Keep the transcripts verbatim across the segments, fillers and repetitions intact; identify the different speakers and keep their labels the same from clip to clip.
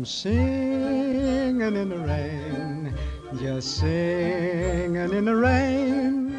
Speaker 1: singing in the rain, just singing in the rain.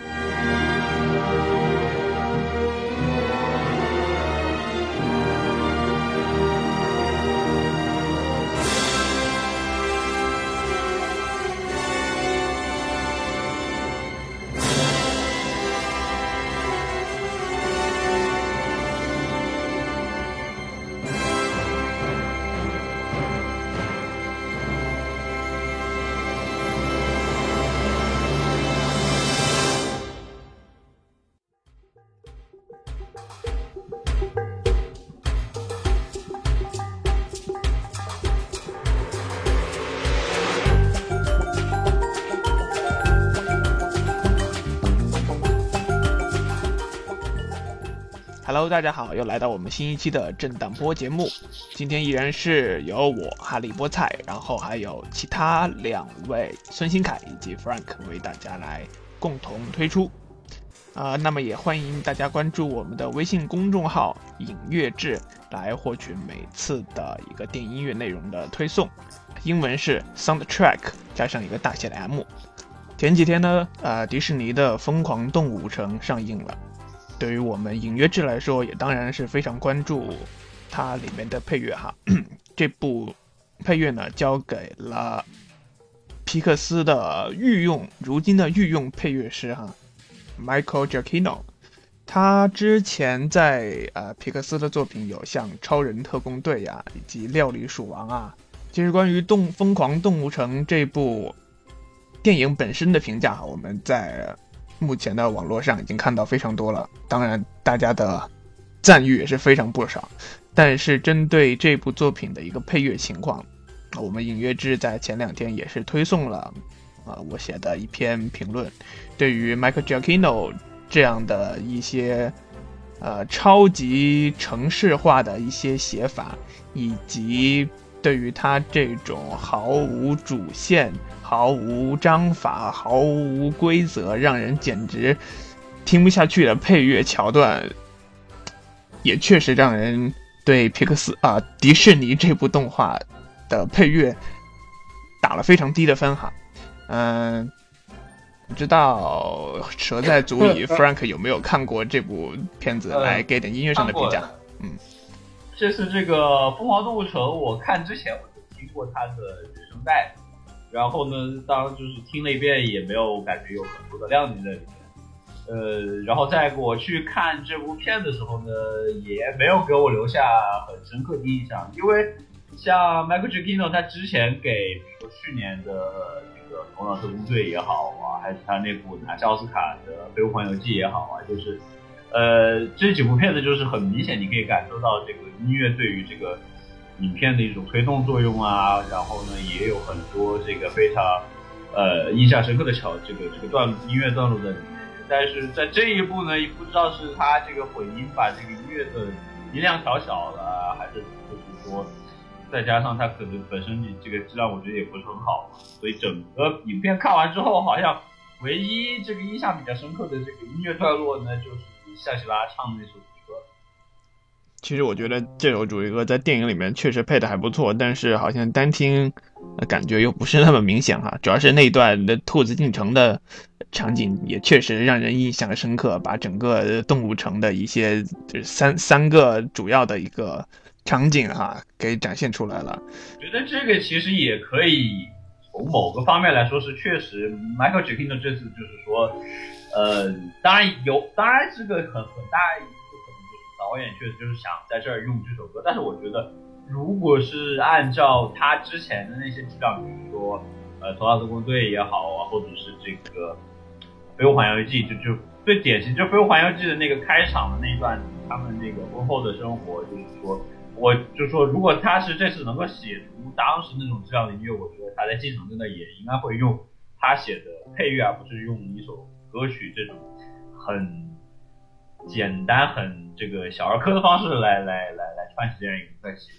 Speaker 2: Hello， 大家好，又来到我们新一期的震荡波节目。今天依然是由我哈利波菜，然后还有其他两位孙新凯以及 Frank 为大家来共同推出。啊、呃，那么也欢迎大家关注我们的微信公众号影乐志，来获取每次的一个电影音乐内容的推送。英文是 Soundtrack 加上一个大写的 M。前几天呢，呃，迪士尼的《疯狂动物城》上映了。对于我们影乐志来说，也当然是非常关注它里面的配乐哈。这部配乐呢，交给了皮克斯的御用，如今的御用配乐师哈 ，Michael Giacchino。他之前在呃皮克斯的作品有像《超人特工队》呀，以及《料理鼠王》啊。其实关于动《疯狂动物城》这部电影本身的评价，我们在目前的网络上已经看到非常多了，当然大家的赞誉也是非常不少。但是针对这部作品的一个配乐情况，我们影乐志在前两天也是推送了、呃、我写的一篇评论，对于 Michael Giacchino 这样的一些呃超级程式化的一些写法，以及对于他这种毫无主线、毫无章法、毫无规则，让人简直听不下去的配乐桥段，也确实让人对皮克斯啊、呃、迪士尼这部动画的配乐打了非常低的分哈。嗯，不知道蛇在足矣Frank 有没有看过这部片子，来给点音乐上的评价？嗯。
Speaker 3: 这是这个《疯狂动物城》，我看之前我就听过它的原声带，然后呢，当然就是听了一遍，也没有感觉有很多的亮点在里面。呃，然后在我去看这部片的时候呢，也没有给我留下很深刻的印象，因为像 Michael Giacchino 他之前给，比如说去年的这个《头脑特工队》也好啊，还是他那部拿下奥斯卡的《飞屋环游记》也好啊，就是。呃，这几部片子就是很明显，你可以感受到这个音乐对于这个影片的一种推动作用啊，然后呢，也有很多这个非常呃印象深刻的桥，这个这个段音乐段落在里面。但是在这一部呢，不知道是他这个混音把这个音乐的音量调小了，还是就是说，再加上它可能本身这个质量我觉得也不是很好，所以整个影片看完之后，好像唯一这个印象比较深刻的这个音乐段落呢，就是夏奇拉唱的那首主题歌。
Speaker 2: 其实我觉得这首主题歌在电影里面确实配的还不错，但是好像单听感觉又不是那么明显哈。主要是那一段的兔子进城的场景也确实让人印象深刻，把整个动物城的一些就是三三个主要的一个场景哈给展现出来了。
Speaker 3: 我觉得这个其实也可以从某个方面来说是确实 Michael Giacchino 这次就是说呃，当然有，当然这个很很大一部分就是导演确实就是想在这儿用这首歌，但是我觉得如果是按照他之前的那些质量，比如说呃《头脑特工队》也好啊，或者是这个《飞屋环游记》，就就最典型就《飞屋环游记》的那个开场的那一段，他们那个婚后的生活，就是说，我就说如果他是这次能够写出当时那种质量的音乐，我觉得他在进城真的也应该会用他写的配乐，而不是用一首歌曲这种很简单、很这个小儿科的方式来来来来串起这样一个歌曲。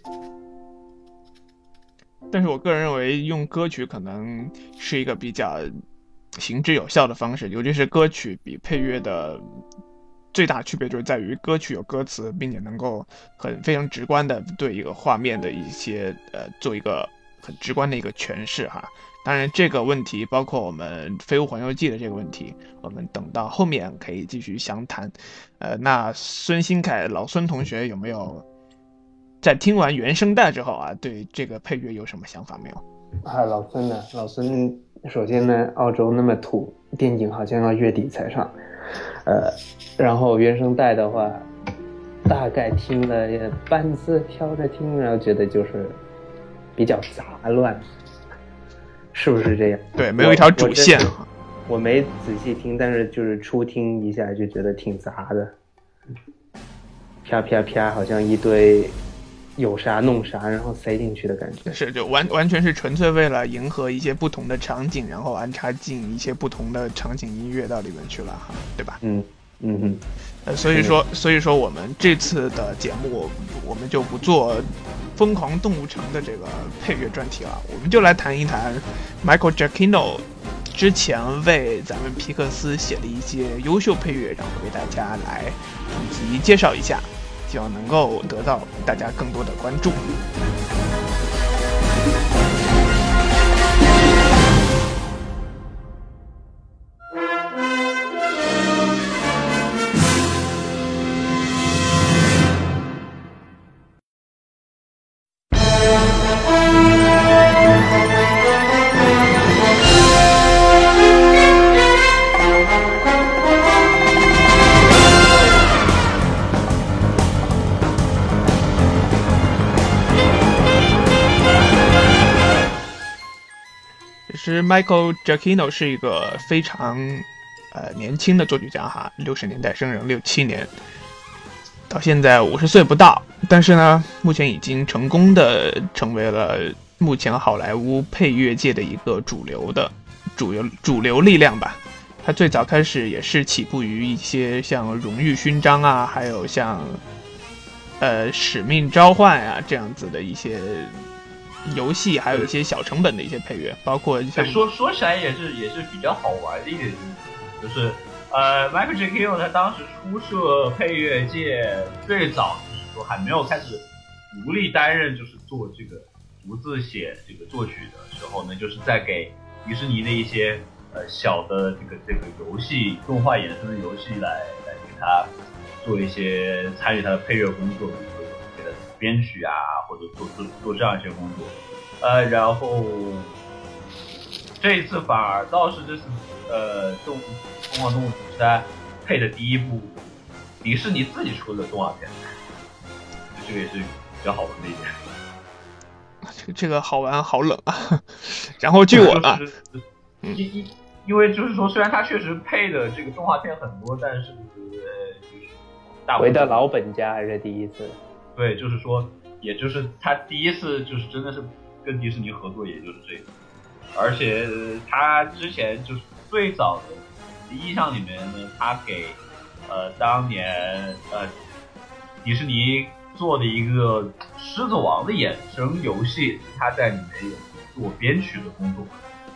Speaker 2: 但是我个人认为，用歌曲可能是一个比较行之有效的方式，尤其是歌曲比配乐的最大区别就是在于歌曲有歌词，并且能够很非常直观的对一个画面的一些呃做一个很直观的一个诠释哈。当然这个问题包括我们《飞屋环游记》的这个问题，我们等到后面可以继续详谈。呃，那孙新凯老孙同学有没有在听完原声带之后啊，对这个配乐有什么想法没有？
Speaker 4: 啊，老孙呢？老孙首先呢，澳洲那么土，电影好像要月底才上，呃，然后原声带的话，大概听了也半次挑着听，然后觉得就是比较杂乱，是不是这样？
Speaker 2: 对，没有一条主线。
Speaker 4: 我, 我没仔细听，但是就是初听一下就觉得挺杂的，啪啪啪，好像一堆有啥弄啥，然后塞进去的感觉。
Speaker 2: 是，就完完全是纯粹为了迎合一些不同的场景，然后安插进一些不同的场景音乐到里面去了哈，对吧？
Speaker 4: 嗯嗯嗯。
Speaker 2: 呃，所以说，所以说我们这次的节目，我们就不做《疯狂动物城》的这个配乐专题了，我们就来谈一谈 Michael Giacchino 之前为咱们皮克斯写的一些优秀配乐，然后为大家来以及介绍一下，希望能够得到大家更多的关注。其实 Michael Giacchino 是一个非常呃年轻的作曲家哈，六十年代生人，六七年，到现在五十岁不到，但是呢，目前已经成功的成为了目前好莱坞配乐界的一个主流的主流主流力量吧。他最早开始也是起步于一些像荣誉勋章啊，还有像呃使命召唤啊这样子的一些游戏，还有一些小成本的一些配乐，包括像
Speaker 3: 说说起来也是也是比较好玩的一点，就是呃 Michael Giacchino 他当时初涉配乐界，最早就是说还没有开始独立担任就是做这个独自写这个作曲的时候呢，就是在给迪士尼的一些呃小的这个这个游戏动画衍生的游戏来来给他做一些参与他的配乐工作，给他编曲啊，或者做做做这样一些工作，呃，然后这一次反而倒是这次呃动疯狂动物城他配的第一部迪士尼自己出的动画片，这个也是比较好玩的一点。
Speaker 2: 这个这个好玩好冷啊！然后据我啊，
Speaker 3: 就是嗯、因因为就是说，虽然他确实配的这个动画片很多，但是呃，就是大
Speaker 4: 回到老本家还是第一次。
Speaker 3: 对，就是说，也就是他第一次就是真的是跟迪士尼合作，也就是这个。而且他之前就是最早的印象里面呢，他给呃当年呃迪士尼做的一个狮子王的衍生游戏，他在里面有做编曲的工作。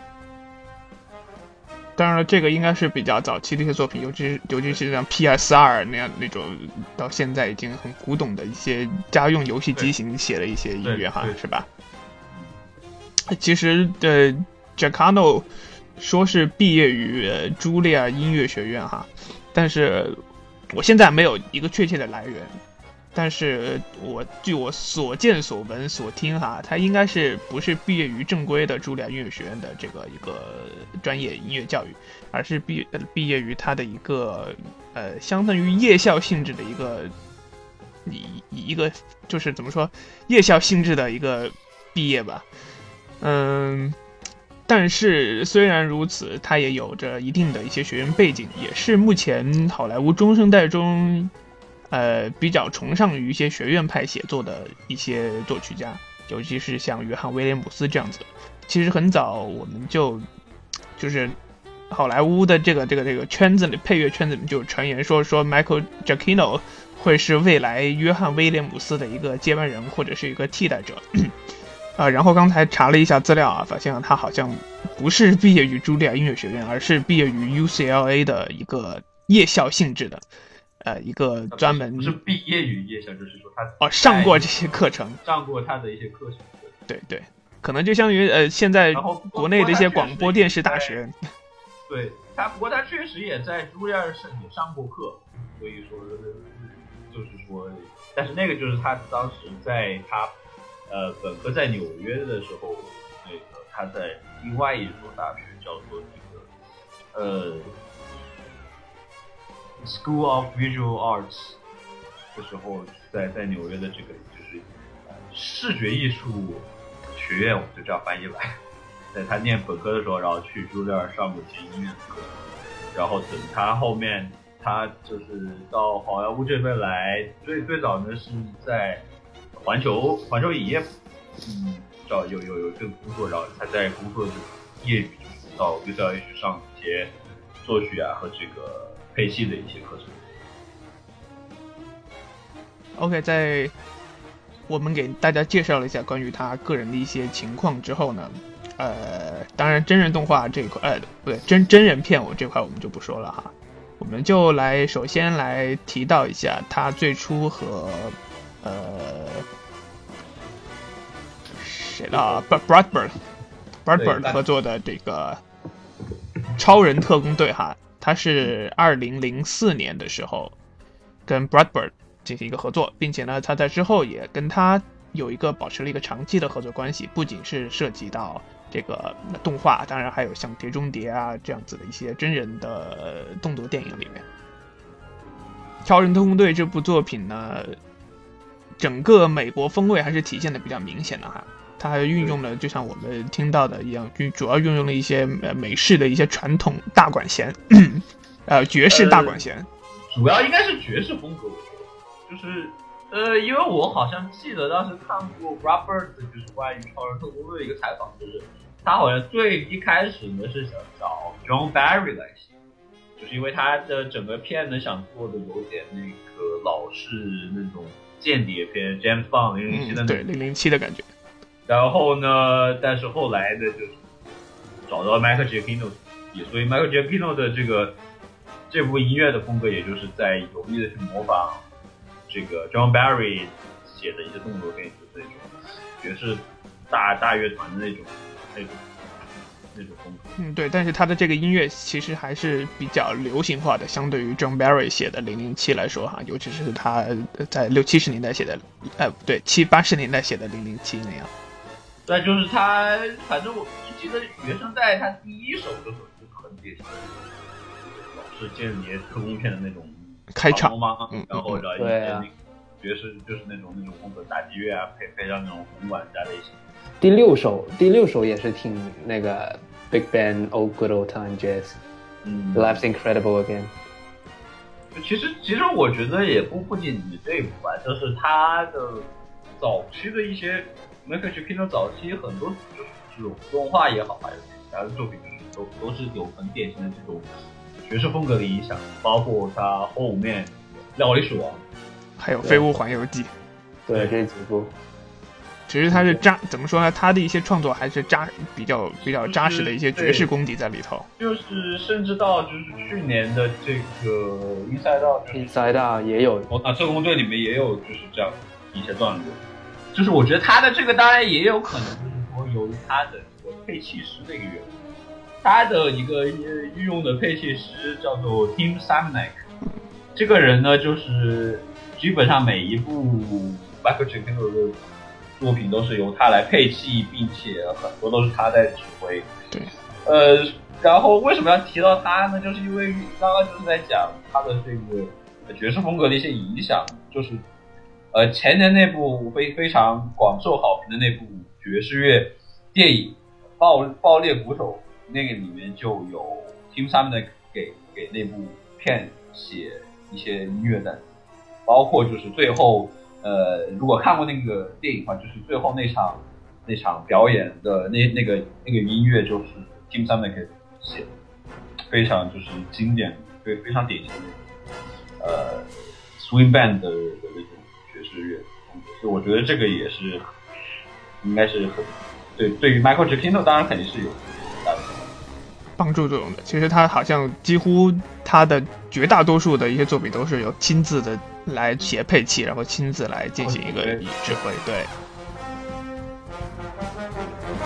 Speaker 2: 当然了，这个应该是比较早期的一些作品，尤其是尤其是像 P S 二 那样那种到现在已经很古董的一些家用游戏机型写的一些音乐哈，是吧？其实呃 Giacchino 说是毕业于呃茱莉亚音乐学院哈，但是我现在没有一个确切的来源。但是我据我所见所闻所听哈，他应该是不是毕业于正规的茱莉亚音乐学院的这个一个专业音乐教育，而是毕毕业于他的一个呃相当于夜校性质的一个一一个就是怎么说夜校性质的一个毕业吧，嗯。但是虽然如此，他也有着一定的一些学院背景，也是目前好莱坞中生代中呃，比较崇尚于一些学院派写作的一些作曲家，尤其是像约翰威廉姆斯这样子。其实很早我们就就是好莱坞的这个这个这个圈子里，配乐圈子里就传言说说 Michael Giacchino 会是未来约翰威廉姆斯的一个接班人或者是一个替代者。啊、呃，然后刚才查了一下资料啊，发现他好像不是毕业于茱莉亚音乐学院，而是毕业于 U C L A 的一个夜校性质的。呃，一个专门
Speaker 3: 不是毕业于夜校，就是说他
Speaker 2: 哦上过这些课程，
Speaker 3: 上过他的一些课程。
Speaker 2: 对对， 可能就相当于呃现在国内的一些广播电视大学。
Speaker 3: 对他，不过他确实也在茱莉亚上也上过课，所以说就是说，但是那个就是他当时在他呃本科在纽约的时候，那个他在另外一所大学叫做这个呃 School of Visual Arts 的时候，在在纽约的这个就是呃视觉艺术学院，我们就这样翻译吧。在他念本科的时候，然后去茱莉亚上过一些音乐课，然后等他后面他就是到好莱坞这边来，最最早呢是在环球环球影业，嗯，找有有有这个工作，然后他在工作就业余就是到 U C L A 去上一些作曲啊和这个配戏的一些课程。
Speaker 2: OK， 在我们给大家介绍了一下关于他个人的一些情况之后呢。呃，当然真人动画这一块，呃，不对，真真人片我这块我们就不说了哈，我们就来首先来提到一下他最初和呃谁了 Brad Bird 合作的这个超人特工队哈，他是二零零四年的时候跟 Brad Bird 进行一个合作，并且呢，他在之后也跟他有一个保持了一个长期的合作关系，不仅是涉及到这个动画，当然还有像《碟中谍》啊这样子的一些真人的动作电影里面。《超人特工队》这部作品呢，整个美国风味还是体现的比较明显的哈。它运用了就像我们听到的一样，主要运用了一些美式的一些传统大管弦，呃，爵士大管弦、呃，
Speaker 3: 主要应该是爵士风格，就是呃，因为我好像记得当时看过 Robert 就是关于超人特工队的一个采访，就是他好像最一开始呢是想找 John Barry 来写，就是因为他的整个片呢想做的有点那个老式那种间谍片 James Bond 零零七的、嗯、
Speaker 2: 对零零七的感觉。
Speaker 3: 然后呢，但是后来呢就是找到 Michael Giacchino， 也所以 Michael Giacchino 的这个这部音乐的风格，也就是在有意的去模仿这个 John Barry 写的一些动作片，就是那种爵士大大乐团的那种那种那种风格。
Speaker 2: 嗯，对，但是他的这个音乐其实还是比较流行化的，相对于 John Barry 写的零零七来说哈，尤其是他在六七十年代写的，呃，不对，七八十年代写的零零七那样。
Speaker 3: 对，就是他，反正我记得原声带他第一首的时候就很典型的老式间谍特工片的那种
Speaker 2: 开场
Speaker 3: 嘛，然后然后一些那个爵士就是那种那种风格打击乐啊，配配上那种红管加类型。
Speaker 4: 第六首，第六首也是挺那个 Big Band Old Good Old Time Jazz， 嗯 ，Life's Incredible Again。
Speaker 3: 其实其实我觉得也不不仅仅这一部吧，就是他的早期的一些。Michael Giacchino 早期很多就是这种动画也好，还有其他的作品，都都是有很典型的这种爵士风格的影响，包括他后面《料理鼠王》，
Speaker 2: 还有《飞屋环游记》，
Speaker 4: 对这几部。
Speaker 2: 其实他是扎，怎么说呢？他的一些创作还是扎比较比较扎实的一些爵士功底在里头。
Speaker 3: 就是甚至到就是去年的这个 Inside Out，Inside
Speaker 4: Out 也有，
Speaker 3: 啊，特工队里面也有就是这样一些段落。就是我觉得他的这个当然也有可能就是说由于他的这个配器师的一个原因，他的一个御用的配器师叫做 Tim Samnek， 这个人呢就是基本上每一部 Michael Giacchino 的作品都是由他来配器，并且很多都是他在指挥。
Speaker 2: 对，
Speaker 3: 呃，然后为什么要提到他呢？就是因为刚刚就是在讲他的这个爵士风格的一些影响，就是。呃，前年那部非非常广受好评的那部爵士乐电影《爆爆裂鼓手》，那个里面就有 Tim Samnek 给给那部片写一些音乐的，包括就是最后呃，如果看过那个电影的话，就是最后那场那场表演的那那个那个音乐就是 Tim Samnek 写的，非常就是经典，非非常典型的呃 swing band 的的那种。爵士乐，所以我觉得这个也是应该是很对。对于 Michael Giacchino 当然肯定是有很大的
Speaker 2: 帮助作用的。其实他好像几乎他的绝大多数的一些作品都是由亲自的来写配器，然后亲自来进行一个指挥。对。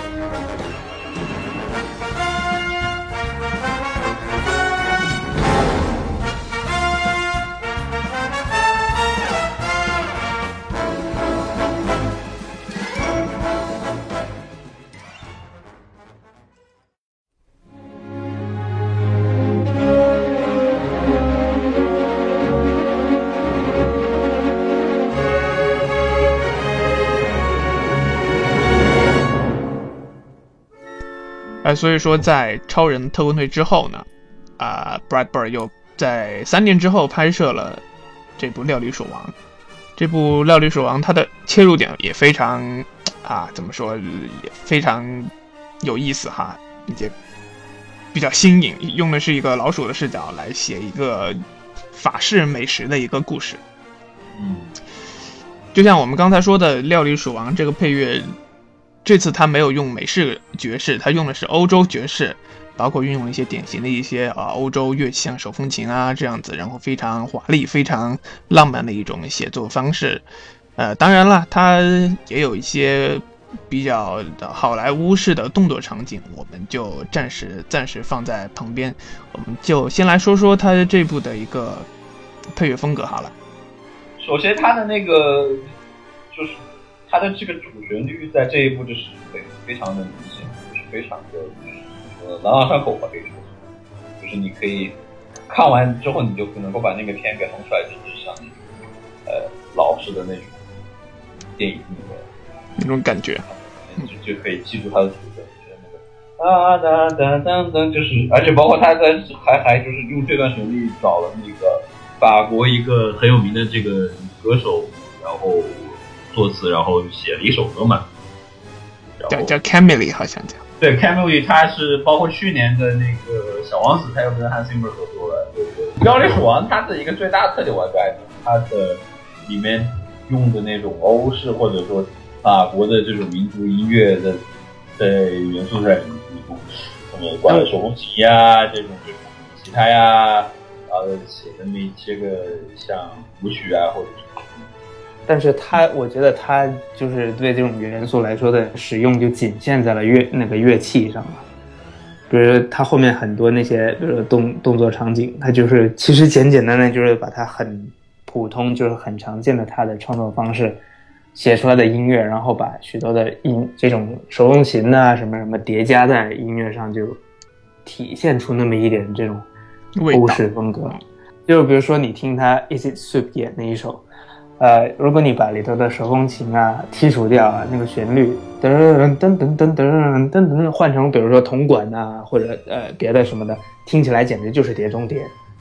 Speaker 2: 呃，所以说在超人特工队之后呢，啊、呃、，Brad Bird 又在三年之后拍摄了这部《料理鼠王》。这部《料理鼠王》它的切入点也非常啊，怎么说，也非常有意思哈，也比较新颖，用的是一个老鼠的视角来写一个法式美食的一个故事。
Speaker 3: 嗯，
Speaker 2: 就像我们刚才说的，《料理鼠王》这个配乐，这次他没有用美式爵士，他用的是欧洲爵士，包括运用了一些典型的一些啊欧洲乐器，像手风琴啊这样子，然后非常华丽、非常浪漫的一种写作方式。呃，当然了，它也有一些比较的好莱坞式的动作场景，我们就暂时暂时放在旁边。我们就先来说说它这部的一个配乐风格好了。
Speaker 3: 首先，它的那个就是它的这个主旋律在这一部就是非非常的明显，就是非常的就是朗朗上口吧，可以说是，就是你可以看完之后，你就能够把那个片给哼出来，就是像呃老式的那种电影里面
Speaker 2: 那种感觉，
Speaker 3: 就就可以记住它的主旋律，就是那个啊哒哒哒哒，就是而且包括他在还还就是用这段旋律找了那个法国一个很有名的这个歌手，然后作词，然后写了一首歌嘛，
Speaker 2: 叫叫 Camille 好像叫。
Speaker 3: 对 Camille， 他是包括去年的那个小王子，他又跟 Hans Zimmer 合作了。对对，料理鼠王它的一个最大的特点，我感觉它的里面用的那种欧式或者说法国的这种民族音乐的的元素在里面，什么挂的手风琴呀，这种这种吉他呀，然后写的那些个像舞曲啊，或者是。
Speaker 4: 但是他，我觉得他就是对这种元素来说的使用就仅限在了乐那个乐器上了。比如他后面很多那些，比如动动作场景，他就是其实简简单单就是把它很普通，就是很常见的他的创作方式写出来的音乐，然后把许多的音这种手风琴啊什么什么叠加在音乐上，就体现出那么一点这种欧式风格。就比如说你听他 Is It Soup 演那一首。呃，如果你把里头的手风琴啊剔除掉啊，那个旋律噔噔噔噔噔噔噔换成比如说铜管啊或者呃别的什么的，听起来简直就是碟中谍。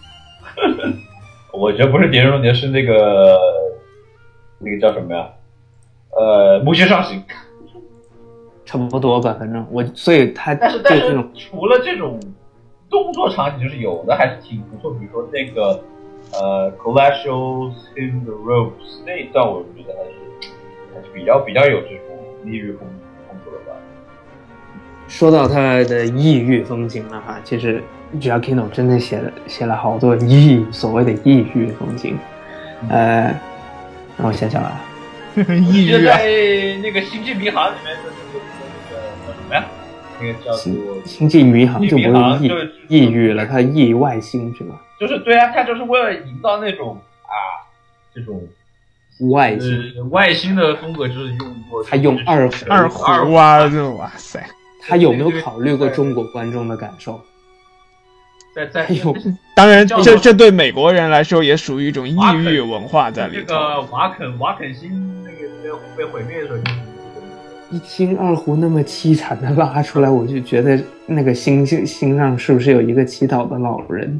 Speaker 3: 我觉得不是碟中谍，是那个那个叫什么呀？呃，木屑上行。
Speaker 4: 差不多吧，反正我所以他
Speaker 3: 但是但是除了这种动作场景，就是有的还是挺不错，比如说那个。呃 ，Collateral in the Rose 那一段，我觉得还是还是比较比较有这种异域风风格的吧。
Speaker 4: 说到他的异域风情了哈，其实 Giacchino 真的写了写了好多异所谓的异域风情。呃，让我想想啊，
Speaker 2: 异域啊，
Speaker 3: 在那个《星际迷航》里面的那个那个叫什么呀？那个叫做
Speaker 4: 《星际迷航》就不是异异域了，它异外星是吧？
Speaker 3: 就是对啊，他就是为了营造那种啊这种
Speaker 4: 外星、
Speaker 3: 呃、外星的风格，就是用过
Speaker 4: 他用二
Speaker 2: 二胡啊，这哇塞！
Speaker 4: 他有没有考虑过中国观众的感受？
Speaker 3: 在在
Speaker 4: 有，
Speaker 2: 当然这这对美国人来说也属于一种异域文化在里头。
Speaker 3: 这个瓦肯瓦肯星那个被毁灭的时候，
Speaker 4: 一听二胡那么凄惨的拉出来，我就觉得那个星星星上是不是有一个祈祷的老人？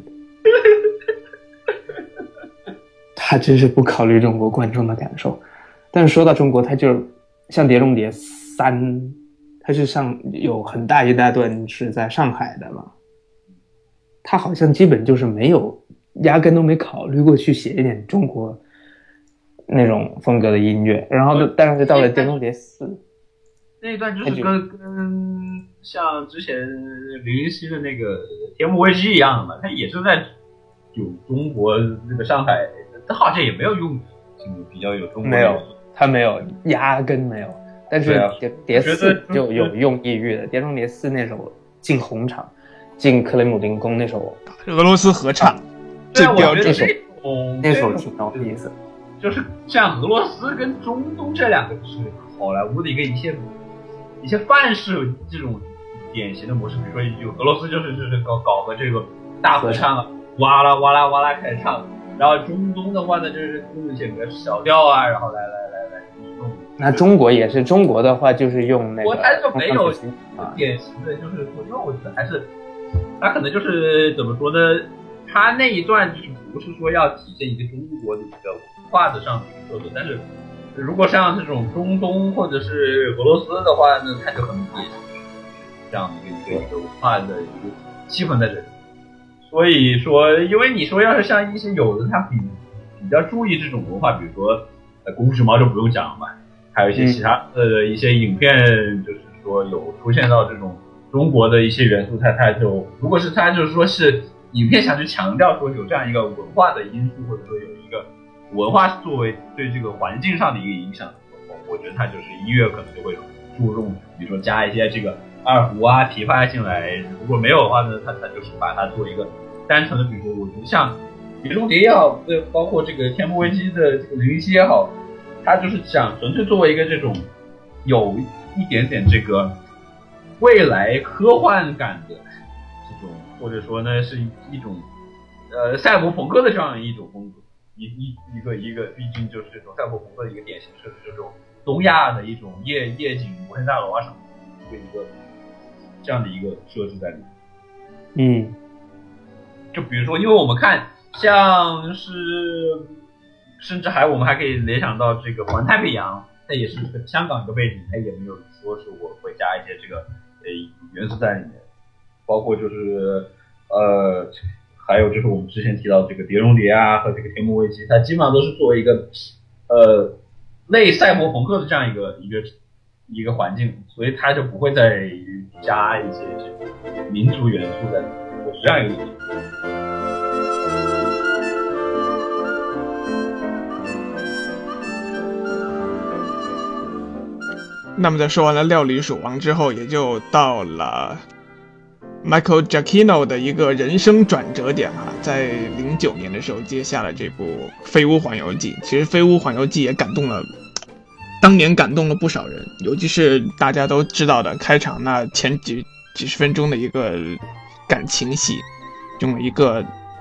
Speaker 4: 他真是不考虑中国观众的感受。但是说到中国，他就像《碟中谍三》，他是上有很大一大段是在上海的嘛，他好像基本就是没有，压根都没考虑过去写一点中国那种风格的音乐。然后但是到了《碟中谍四》
Speaker 3: 那一段，就是跟跟像之前零零七的那个《天幕危机》一样的嘛，他也是在有中国那个上海。他好像也没有用比较有中国，
Speaker 4: 没有，他没有，压根没有。但是碟碟四就有用异域的，碟中谍四那首进红场，进克雷姆林宫那首
Speaker 2: 俄罗斯合唱，
Speaker 3: 最标
Speaker 4: 这首
Speaker 3: 那
Speaker 4: 首挺有意思。
Speaker 3: 就是像俄罗斯跟中东这两个是好莱坞的一个一些一些范式这种典型的模式，比如说有俄罗斯就是就是搞搞个这个大合唱啊，哇啦哇啦哇啦开始唱。然后中东的话呢，就是用一些个小调啊，然后来来来来弄
Speaker 4: 那中国也是，中国的话就是用那个，
Speaker 3: 我还是没有典型的，就是说，因为我觉得还是，他可能就是怎么说呢？他那一段就是不是说要体现一个中国的一个文化的上的一个特色，但是如果像这种中东或者是俄罗斯的话呢，它就很典型这样的一个一个一个文化的一个气氛在这里。所以说，因为你说要是像一些有的他比比较注意这种文化，比如说呃《功夫熊猫》就不用讲了嘛。还有一些其他的一些影片，就是说有出现到这种中国的一些元素，它它就如果是它就是说是影片想去强调说有这样一个文化的因素，或者说有一个文化作为对这个环境上的一个影响，我觉得它就是音乐可能就会注重，比如说加一些这个二胡啊、琵琶进来。如果没有的话呢，它它就是把它做一个单纯的，比如说我觉得像《碟中谍》也好，包括这个《天幕危机》的这个零零七也好。他就是想纯粹作为一个这种有一点点这个未来科幻感的这种，或者说呢是一种呃赛博朋克的这样一种风格，一一一个一个，毕竟就是这种赛博朋克的一个典型设置，这种东亚的一种夜夜景摩天大楼啊什么的，一个一个这样的一个设置在里面。
Speaker 4: 嗯，
Speaker 3: 就比如说，因为我们看像是。甚至还我们还可以联想到这个环太平洋，它也是香港一个背景，它也没有说是我会加一些这个呃元素在里面，包括就是呃还有就是我们之前提到这个碟中谍啊和这个天幕危机，它基本上都是作为一个呃类赛博朋克的这样一个一个一个环境，所以它就不会再加一些这个民族元素在里面，我是这样一个理解。
Speaker 2: 那么在说完了料理鼠王之后，也就到了 Michael Giacchino 的一个人生转折点哈，在零九年的时候接下了这部《飞屋环游记》。其实《飞屋环游记》也感动了，当年感动了不少人，尤其是大家都知道的开场那前几几十分钟的一个感情戏，用了一个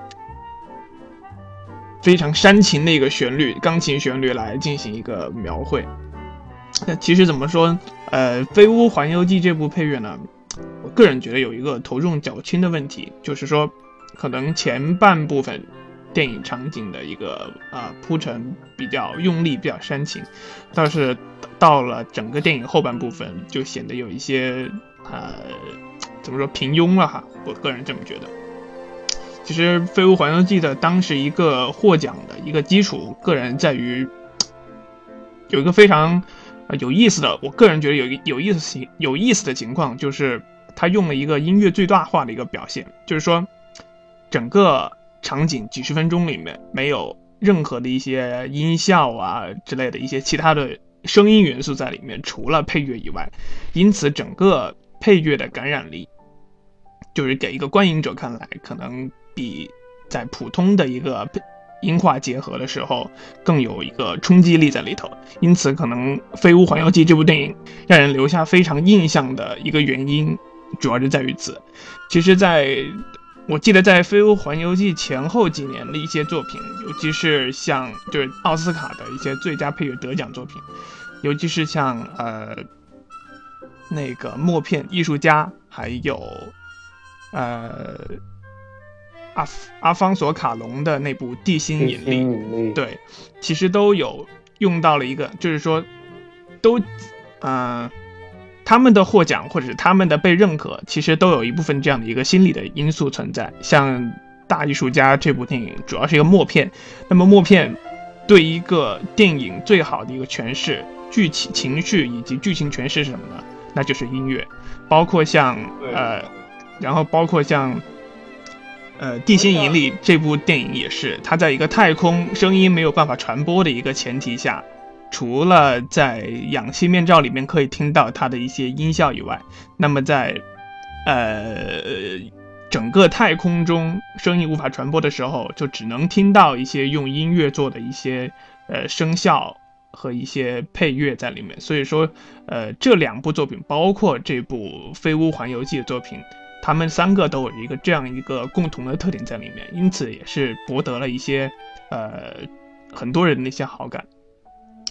Speaker 2: 非常煽情的一个旋律，钢琴旋律来进行一个描绘。那其实怎么说，呃，《飞屋环游记》这部配乐呢，我个人觉得有一个头重脚轻的问题，就是说，可能前半部分电影场景的一个啊、呃、铺陈比较用力，比较煽情，但是到了整个电影后半部分，就显得有一些呃怎么说平庸了哈，我个人这么觉得。其实《飞屋环游记》的当时一个获奖的一个基础，个人在于有一个非常。呃，有意思的，我个人觉得有一个有意思有意思的情况，就是他用了一个音乐最大化的一个表现，就是说整个场景几十分钟里面没有任何的一些音效啊之类的一些其他的声音元素在里面，除了配乐以外，因此整个配乐的感染力，就是给一个观影者看来，可能比在普通的一个音画结合的时候更有一个冲击力在里头，因此可能《飞屋环游记》这部电影让人留下非常印象的一个原因主要就在于此。其实在我记得在《飞屋环游记》前后几年的一些作品，尤其是像就是奥斯卡的一些最佳配乐得奖作品，尤其是像呃那个默片艺术家，还有呃阿阿方索卡隆的那部《地心引力》，对，其实都有用到了一个，就是说，都，呃，他们的获奖或者是他们的被认可，其实都有一部分这样的一个心理的因素存在。像《大艺术家》这部电影主要是一个默片，那么默片对一个电影最好的一个诠释，剧情情绪以及剧情诠释是什么呢？那就是音乐，包括像呃，然后包括像。呃，地心引力这部电影也是，它在一个太空声音没有办法传播的一个前提下，除了在氧气面罩里面可以听到它的一些音效以外，那么在呃整个太空中声音无法传播的时候，就只能听到一些用音乐做的一些呃声效和一些配乐在里面。所以说，呃，这两部作品，包括这部《飞屋环游记》的作品。他们三个都有一个这样一个共同的特点在里面，因此也是博得了一些呃很多人的一些好感。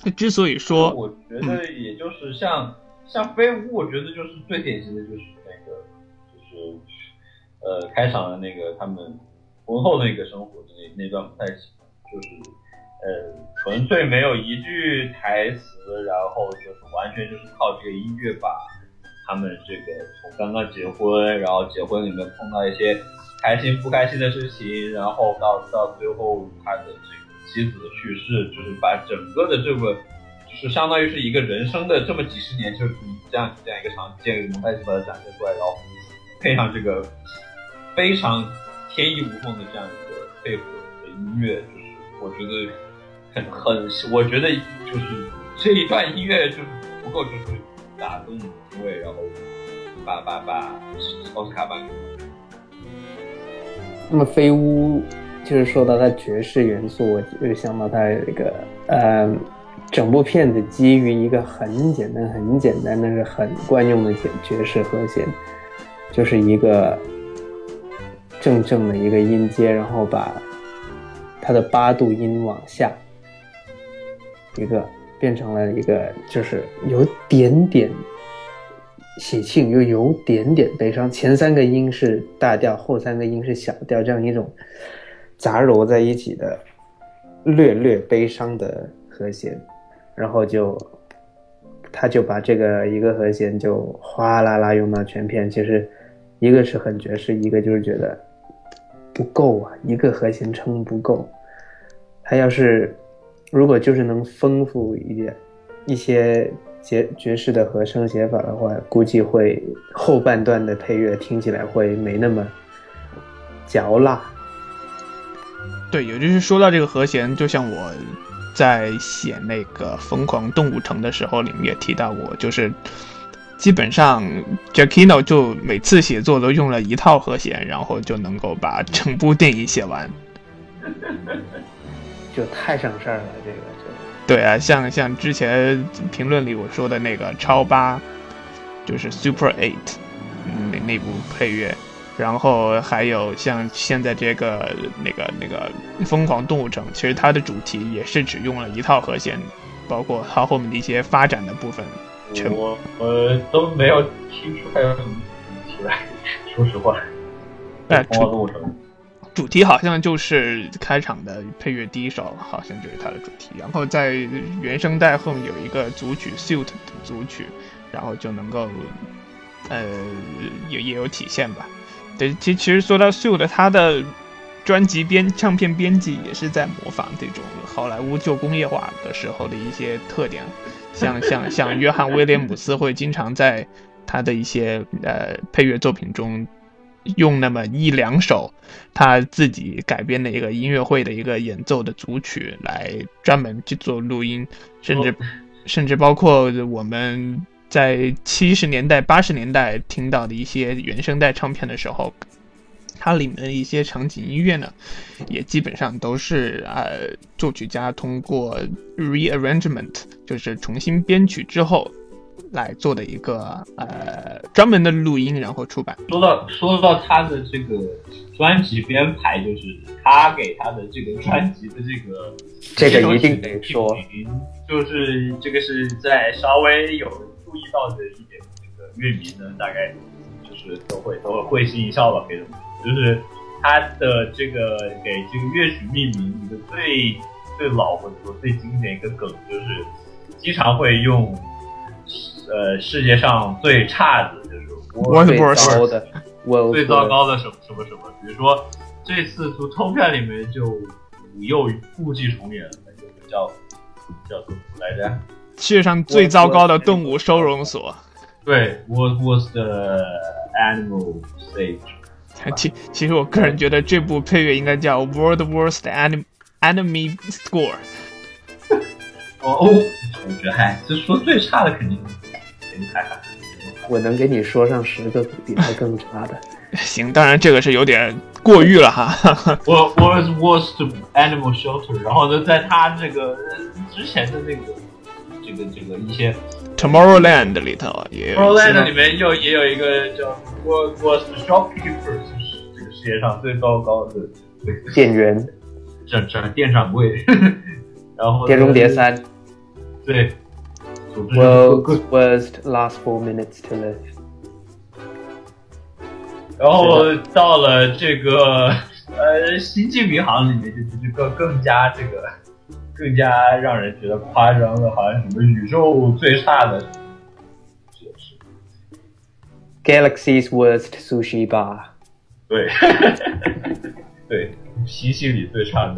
Speaker 2: 之所以说，
Speaker 3: 我觉得也就是像、嗯、像飞屋，我觉得就是最典型的就是那个就是呃开场的那个他们婚后那个生活的那那段不太行，就是呃纯粹没有一句台词，然后就是完全就是靠这个音乐把他们这个从刚刚结婚，然后结婚里面碰到一些开心不开心的事情，然后到到最后他的这个妻子的去世，就是把整个的这个就是相当于是一个人生的这么几十年，就是这样这样一个场景蒙太奇把它展现出来，然后配上这个非常天衣无缝的这样一个配合的音乐，就是我觉得很很，我觉得就是这一段音乐就是不够，就是打动各位，然后把把把奥斯卡颁给我。
Speaker 4: 那么飞屋就是说到它爵士元素，我就想到它有一个呃，整部片子基于一个很简单很简单但是很惯用的爵士和弦，就是一个正正的一个音阶，然后把它的八度音往下一个变成了一个就是有点点喜庆又有点点悲伤，前三个音是大调，后三个音是小调，这样一种杂糅在一起的略略悲伤的和弦，然后就他就把这个一个和弦就哗啦啦用到全片。其实一个是很爵士，一个就是觉得不够啊，一个和弦撑不够，他要是如果就是能丰富一点一些爵爵士的和声写法的话，估计会后半段的配乐听起来会没那么嚼辣。
Speaker 2: 对，也就是说到这个和弦，就像我在写那个疯狂动物城的时候里面也提到过，就是基本上 Giacchino 就每次写作都用了一套和弦，然后就能够把整部电影写完，
Speaker 4: 就太省事儿了这个。
Speaker 2: 对啊，像像之前评论里我说的那个超八，就是 Super Eight， 那那部配乐，然后还有像现在这个那个那个疯狂动物城，其实它的主题也是只用了一套和弦，包括它后面的一些发展的部分，全部
Speaker 3: 我呃都没有听出还有什么主题来，说实话。
Speaker 2: 哎，
Speaker 3: 疯狂动物城。
Speaker 2: 主题好像就是开场的配乐第一首，好像就是它的主题，然后在原声带后面有一个组曲 Suit 的组曲，然后就能够呃也也有体现吧。对，其其实说到 Suit， 它的专辑编唱片编辑也是在模仿这种好莱坞旧工业化的时候的一些特点，像像像约翰威廉姆斯会经常在他的一些呃配乐作品中用那么一两首他自己改编的一个音乐会的一个演奏的组曲来专门去做录音，甚至甚至包括我们在七十年代八十年代听到的一些原声带唱片的时候，它里面的一些场景音乐呢也基本上都是呃作曲家通过 rearrangement 就是重新编曲之后来做的一个呃专门的录音，然后出版。
Speaker 3: 说到说到他的这个专辑编排，就是他给他的这个专辑的这个
Speaker 4: 这个一定得说，
Speaker 3: 就是这个是在稍微有注意到的一点这个乐迷呢，大概就是都会都会会心一笑吧，可以这么说。就是他的这个给这个乐曲命名一个最最老或者说最经典一个梗，就是经常会用。呃，世界上最差的就是
Speaker 2: world
Speaker 4: 最糟的
Speaker 3: 最糟糕的什么什么什么，比如说这次《Zootopia》里面就又故伎重演了，就叫叫什么来着？
Speaker 2: 世界上最糟糕的动物收容所。
Speaker 3: 对 ，What was the animal stage？
Speaker 2: 其其实我个人觉得这部配乐应该叫 World Worst Anim Enemy Score。
Speaker 3: 哦哦，我觉得嗨，这说最差的肯定肯定太狠。
Speaker 4: 我能给你说上十个比他更差的。
Speaker 2: 行，当然这个是有点过誉了哈。
Speaker 3: 我我 worst animal shelter， 然后呢，在他这个之前的那个这个这个一些
Speaker 2: Tomorrowland 里头也有
Speaker 3: Tomorrowland 里面又也有一个叫 worst shopkeeper， 就是这个世界上最糟糕的
Speaker 4: 店员，
Speaker 3: 这这店掌柜。然后
Speaker 4: 碟中谍三
Speaker 3: 对，总之就是各
Speaker 4: World's worst last four minutes to live。
Speaker 3: 然后到了这个呃星际迷航里面，就就就更更加这个更加让人觉得夸张了，好像什么宇宙最差的，就是
Speaker 4: Galaxy's worst sushi bar。
Speaker 3: 对，对，星系里最差的，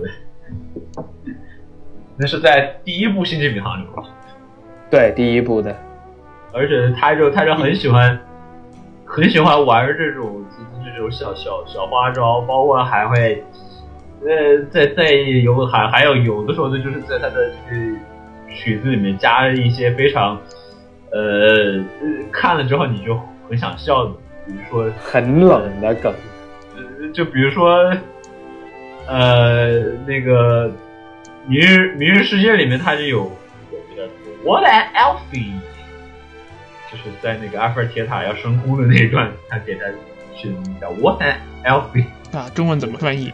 Speaker 3: 那是在第一部星际迷航里面。
Speaker 4: 对，第一部的。
Speaker 3: 而且他就他就很喜欢。很喜欢玩这种这种小小小花招，包括还会，呃，在在有还还有有的时候呢，就是在他的这个曲子里面加了一些非常，呃，看了之后你就很想笑的，比如说
Speaker 4: 很冷的梗，
Speaker 3: 呃，就比如说，呃，那个《明日明日世界》里面它就有有这个 What an Elfie。就是在那个阿菲尔铁塔要升空的那一段，他给他取的名叫 What an Elfie
Speaker 2: 啊，中文怎么翻译？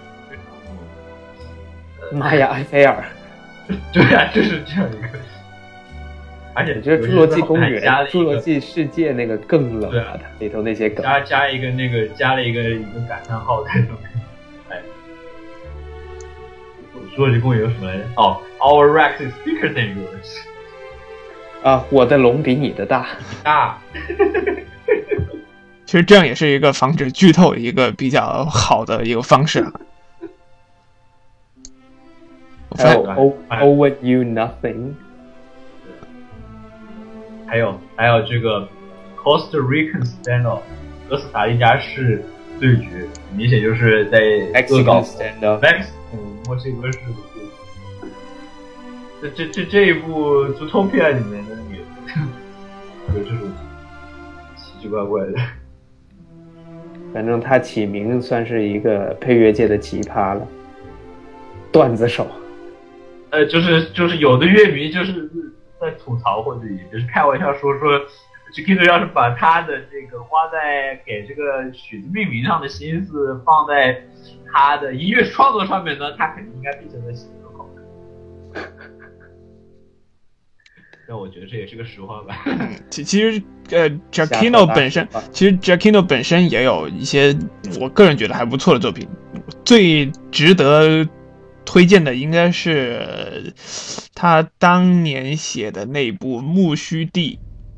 Speaker 4: 妈呀，埃菲尔！
Speaker 3: 对啊，就是这样一个。而且
Speaker 4: 我觉得《侏罗纪公园》《侏罗纪世界》那个更冷啊，它里头那些梗
Speaker 3: 加加一个那个加了一个一个感叹号在上面。哎，《侏罗纪公园》有什么来着？哦 ，Our Rex is bigger than yours。
Speaker 4: 啊，我的龙比你的大
Speaker 3: 大。
Speaker 2: 其实这样也是一个防止剧透的一个比较好的一个方式啊。
Speaker 4: 还有 Owe you nothing。
Speaker 3: 还有还有这个 Costa Rican standoff， 哥斯达黎加式对决，明显就是在恶搞
Speaker 4: standoff，
Speaker 3: 嗯，墨西哥式的对决。这这这这一部 Zootopia 里面的也有这种奇奇怪怪的。
Speaker 4: 反正他起名算是一个配乐界的奇葩了，段子手。
Speaker 3: 呃，就是就是有的乐迷就是在吐槽或者也就是开玩笑说说 Giacchino 要是把他的这个花在给这个曲子命名上的心思放在他的音乐创作上面呢，他肯定应该比现在写的更好看。但我觉得这也是个实话吧。
Speaker 2: 其其实呃 Giacchino 本身，其实 Giacchino 本身也有一些我个人觉得还不错的作品，最值得推荐的应该是他当年写的那部《木须地》。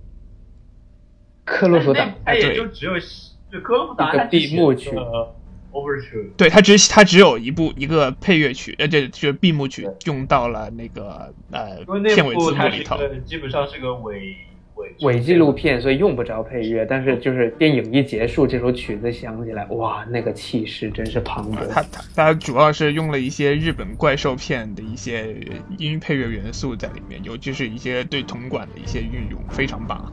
Speaker 4: 克洛弗达，
Speaker 3: 他也就只有对克洛弗达他
Speaker 4: 闭幕曲
Speaker 3: ，Overture，
Speaker 2: 对他只他只有一部一个配乐曲，呃，这就是闭幕曲用到了那个呃片尾字幕里头。
Speaker 3: 基本上是个伪伪
Speaker 4: 伪纪录片，所以用不着配乐。但是就是电影一结束，这首曲子响起来，哇，那个气势真是磅礴。
Speaker 2: 他他他主要是用了一些日本怪兽片的一些音配乐元素在里面，尤其是一些对铜管的一些运用，非常棒。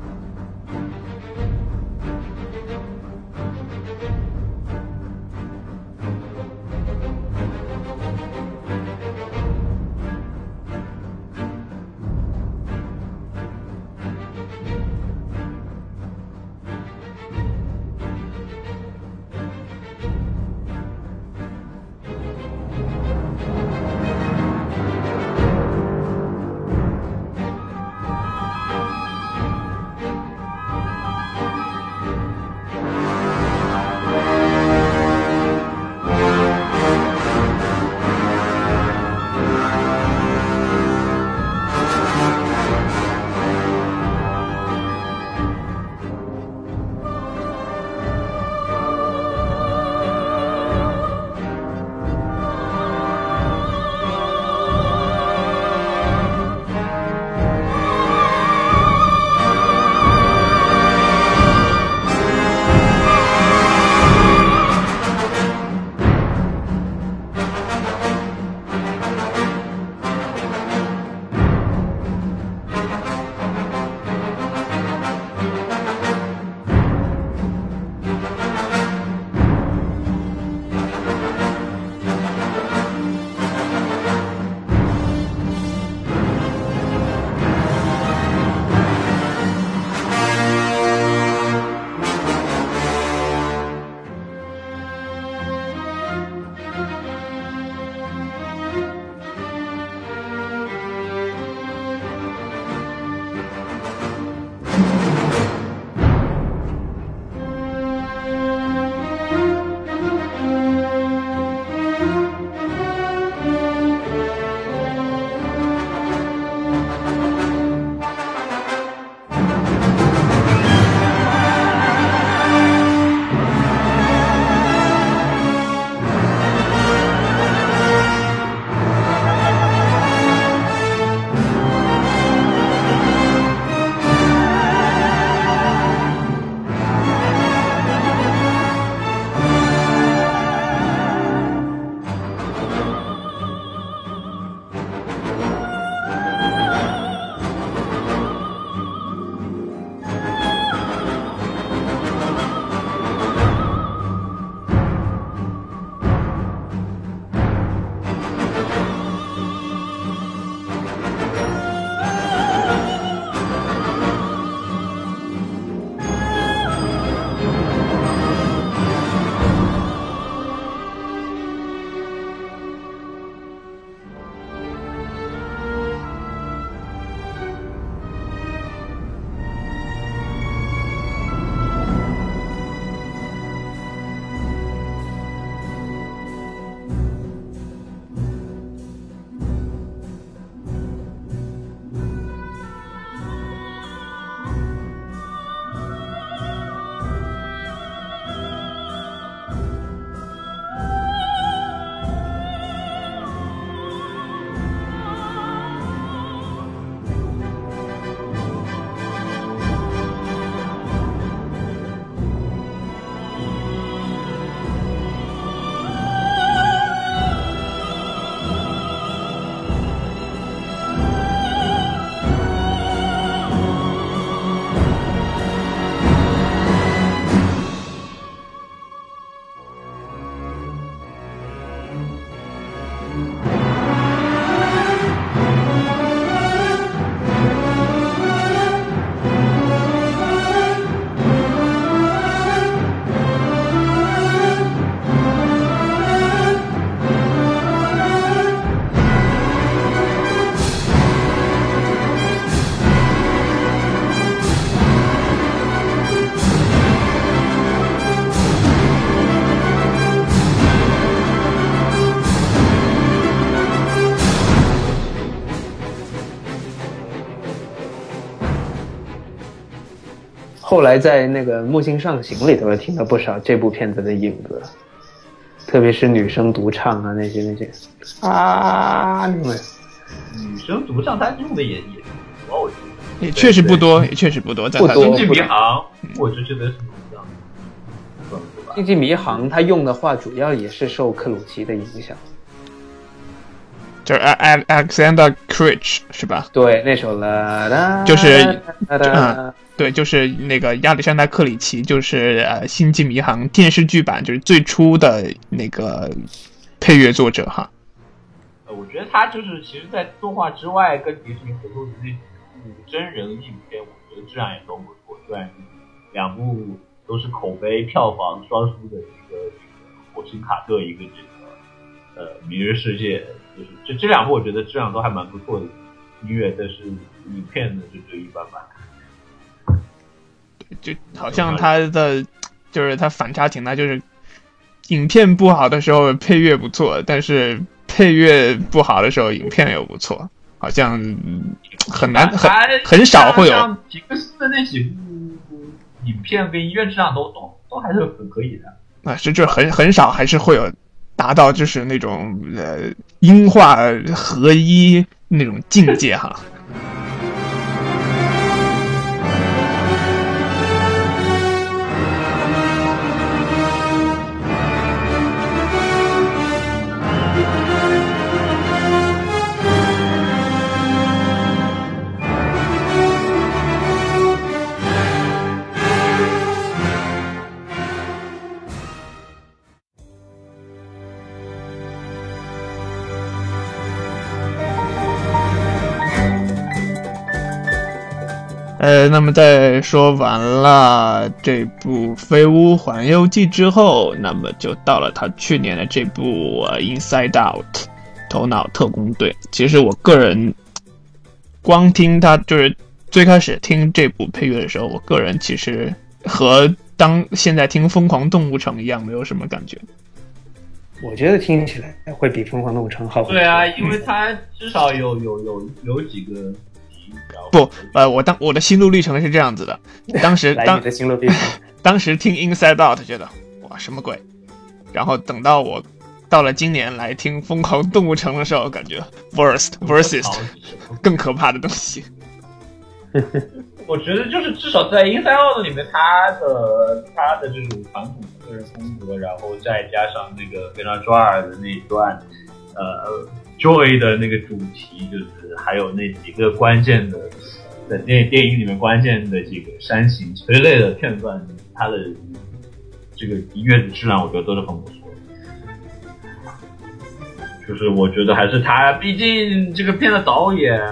Speaker 4: 后来在那个《木星上行》里头也听到不少这部片子的影子，特别是女生独唱啊那些那些啊那种。
Speaker 3: 女生独唱他用的也也挺多，我觉得
Speaker 2: 也确实不多，也确实不多。在
Speaker 4: 不多。
Speaker 3: 星际迷航，我就觉得是这样。
Speaker 4: 星际迷航他用的话，主要也是受克鲁奇的影响。
Speaker 2: 就是 Alexander Critch 是吧？
Speaker 4: 对，那首啦，
Speaker 2: 就是嗯，对，就是那个亚历山大克里奇，就是呃《星际迷航》电视剧版，就是最初的那个配乐作者哈。
Speaker 3: 呃，我觉得他就是其实，在动画之外跟迪士尼合作的那几部真人影片，我觉得质量也都不错。虽然两部都是口碑票房双输的一个火星卡特，一个这个呃明日世界。就是这这两部我觉得质量都还蛮不错的音乐，但是影片呢就就一般般。
Speaker 2: 就好像他的就是他反差挺大，就是影片不好的时候配乐不错，但是配乐不好的时候影片又不错，好像很难很很少会有。
Speaker 3: 皮克斯的那几部影片跟音乐质量都都都还是很可以的。
Speaker 2: 啊，是就很很少还是会有。达到就是那种呃音画合一那种境界哈。呃，那么在说完了这部《飞屋环游记》之后，那么就到了他去年的这部、呃、Inside Out 头脑特工队。其实我个人光听他就是最开始听这部配乐的时候，我个人其实和当现在听《疯狂动物城》一样，没有什么感觉。
Speaker 4: 我觉得听起来会比《疯狂动物城》好。
Speaker 3: 对啊，因为它至少有有有有几个。
Speaker 2: 不，呃，我当我的心路历程是这样子的，当时当
Speaker 4: 的心路历程
Speaker 2: 当时听 Inside Out 觉得哇什么鬼，然后等到我到了今年来听疯狂动物城的时候，感觉 worst versus 更可怕的东西。
Speaker 3: 我觉得就是至少在 Inside Out 里面，他的他的这种传统的个人风格，然后再加上那个非常抓耳的那一段，呃。Joy 的那个主题，就是还有那几个关键的，在电电影里面关键的几个煽情催泪的片段，它的这个音乐的质量，我觉得都是很不错的。就是我觉得还是他，毕竟这个片的导演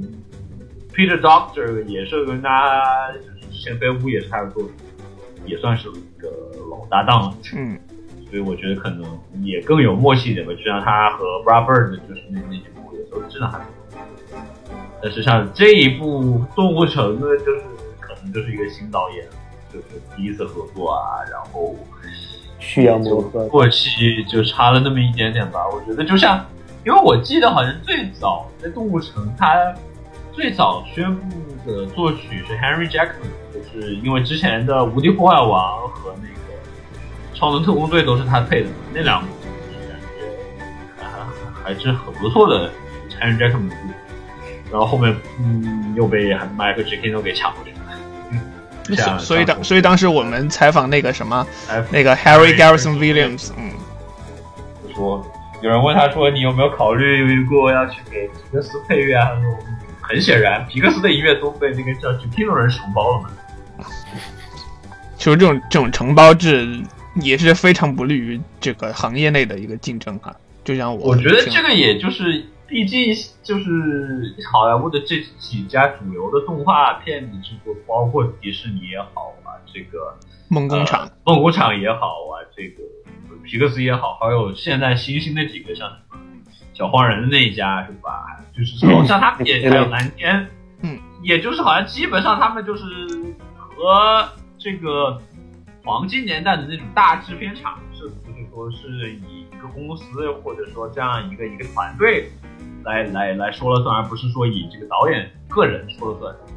Speaker 3: Peter Docter 也是跟他就是之前飞屋也是他的作品，也算是一个老搭档了。
Speaker 2: 嗯。
Speaker 3: 所以我觉得可能也更有默契一点吧，就像他和 Brad Bird 就是那那几部也都质量还不错。但是像这一部《动物城》呢，就是可能就是一个新导演，就是第一次合作啊，然后
Speaker 4: 需要磨合，
Speaker 3: 默契就差了那么一点点吧。我觉得就像，因为我记得好像最早在《动物城》，他最早宣布的作曲是 Henry Jackman， 就是因为之前的《无敌破坏王》和那个超能特工队都是他配的，那两部感觉还还是很不错的 Henry Jackman 的，然后后面嗯又被 Michael Giacchino 给抢过去了。
Speaker 2: 所以当所以当时我们采访那个什么那个 Harry Garrison Williams， 嗯，
Speaker 3: 就说有人问他说你有没有考虑过要去给皮克斯配乐啊？他说很显然皮克斯的音乐都被那个叫 Giacchino 人承包了嘛。
Speaker 2: 就是这种这种承包制。也是非常不利于这个行业内的一个竞争哈，就像我，
Speaker 3: 我觉得这个也就是，毕竟就是好莱坞的这几家主流的动画片子制作，包括迪士尼也好啊，这个
Speaker 2: 梦工厂、呃、
Speaker 3: 梦工厂也好啊，这个皮克斯也好，还有现在新兴的几个像什么小黄人的那一家是吧？就是说像他们也还有蓝天，
Speaker 2: 嗯，
Speaker 3: 也就是好像基本上他们就是和这个。黄金年代的那种大制片厂是不是说是以一个公司或者说这样一个一个团队来来来说了算，而不是说以这个导演个人说了算。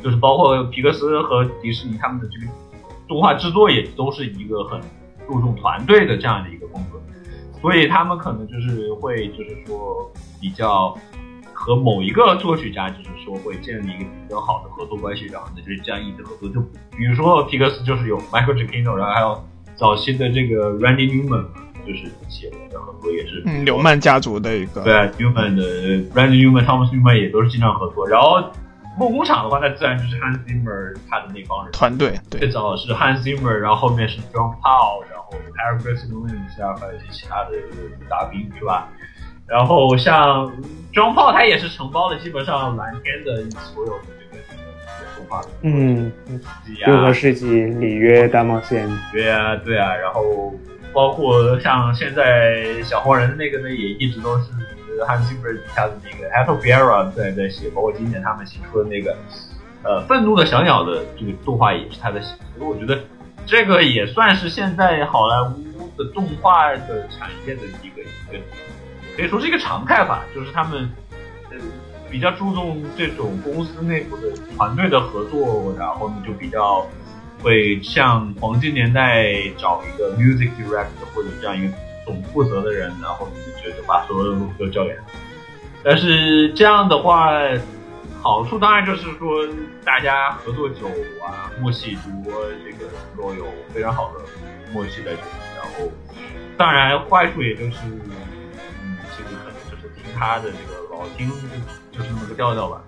Speaker 3: 就是包括皮克斯和迪士尼他们的这个动画制作也都是一个很注重团队的这样的一个风格，所以他们可能就是会就是说比较和某一个作曲家就是说会建立一个比较好的合作关系，然后呢就是这样一直合作。就比如说皮克斯就是有 Michael Giacchino， 然后还有早期的这个 Randy Newman， 就是写的合作也是
Speaker 2: 嗯纽曼家族的一个
Speaker 3: 对 Newman 的 Randy Newman、Thomas Newman 也都是经常合作。然后梦工厂的话，那自然就是 Hans Zimmer 他的那帮人
Speaker 2: 团队，对，
Speaker 3: 最早是 Hans Zimmer， 然后后面是 John Powell， 然后 Harry Williams， 然后还有一些其他的大兵是吧？然后像 John Powell 他也是承包了基本上蓝天的所有的这个动画，
Speaker 4: 嗯，六个世纪里约大冒险，
Speaker 3: 对啊对啊，然后包括像现在小黄人的那个呢，也一直都是Hans Zimmer 底下的那个 Ethel Biera 在在写，包括今年他们新出的那个呃愤怒的小鸟的这个动画也是他的写，所以我觉得这个也算是现在好莱坞的动画的产业的一个一个可以说是一个常态吧，就是他们呃比较注重这种公司内部的团队的合作，然后呢就比较会像黄金年代找一个 music director 或者这样一个总负责的人，然后你就就把所有的路都交给他。但是这样的话，好处当然就是说大家合作久啊，默契多，这个能够有非常好的默契在这里。然后，当然坏处也就是，嗯，这个可能就是听他的这个老听就是那么个调调吧。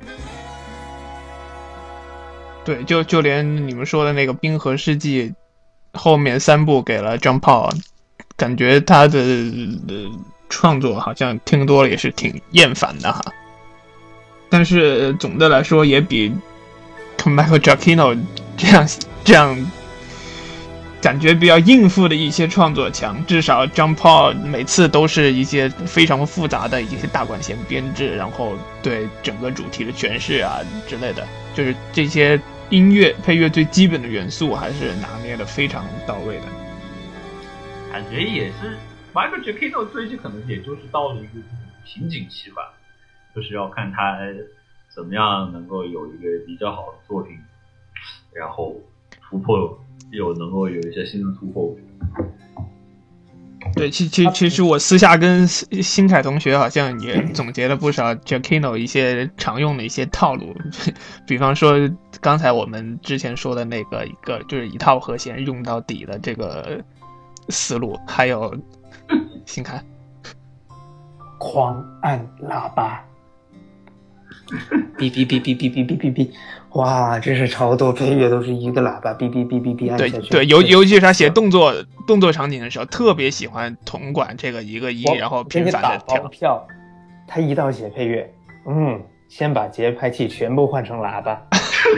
Speaker 2: 对，就就连你们说的那个《冰河世纪》后面三部给了John Powell，感觉他的、呃、创作好像听多了也是挺厌烦的哈。但是总的来说也比 Michael Giacchino 这样这样感觉比较应付的一些创作强，至少 John Powell 每次都是一些非常复杂的一些大管弦编制，然后对整个主题的诠释啊之类的，就是这些音乐配乐最基本的元素还是拿捏的非常到位的。
Speaker 3: 感觉也是 Michael Giacchino 最近可能也就是到了一个瓶颈期吧，就是要看他怎么样能够有一个比较好的作品，然后突破有能够有一些新的突破。
Speaker 2: 对，其其其实我私下跟新凯同学好像也总结了不少 Giacchino 一些常用的一些套路，比方说刚才我们之前说的那个一个就是一套和弦用到底的这个思路，还有新凯
Speaker 4: 狂按喇叭，哔哔哔哔哔哔哔哔哔，哇，这是超多配乐都是一个喇叭，哔哔哔哔哔按下去。
Speaker 2: 对对，尤尤其是他写动作动作场景的时候，特别喜欢铜管这个一个音，然后频繁的跳。
Speaker 4: 票，他一到写配乐，嗯，先把节拍器全部换成喇叭。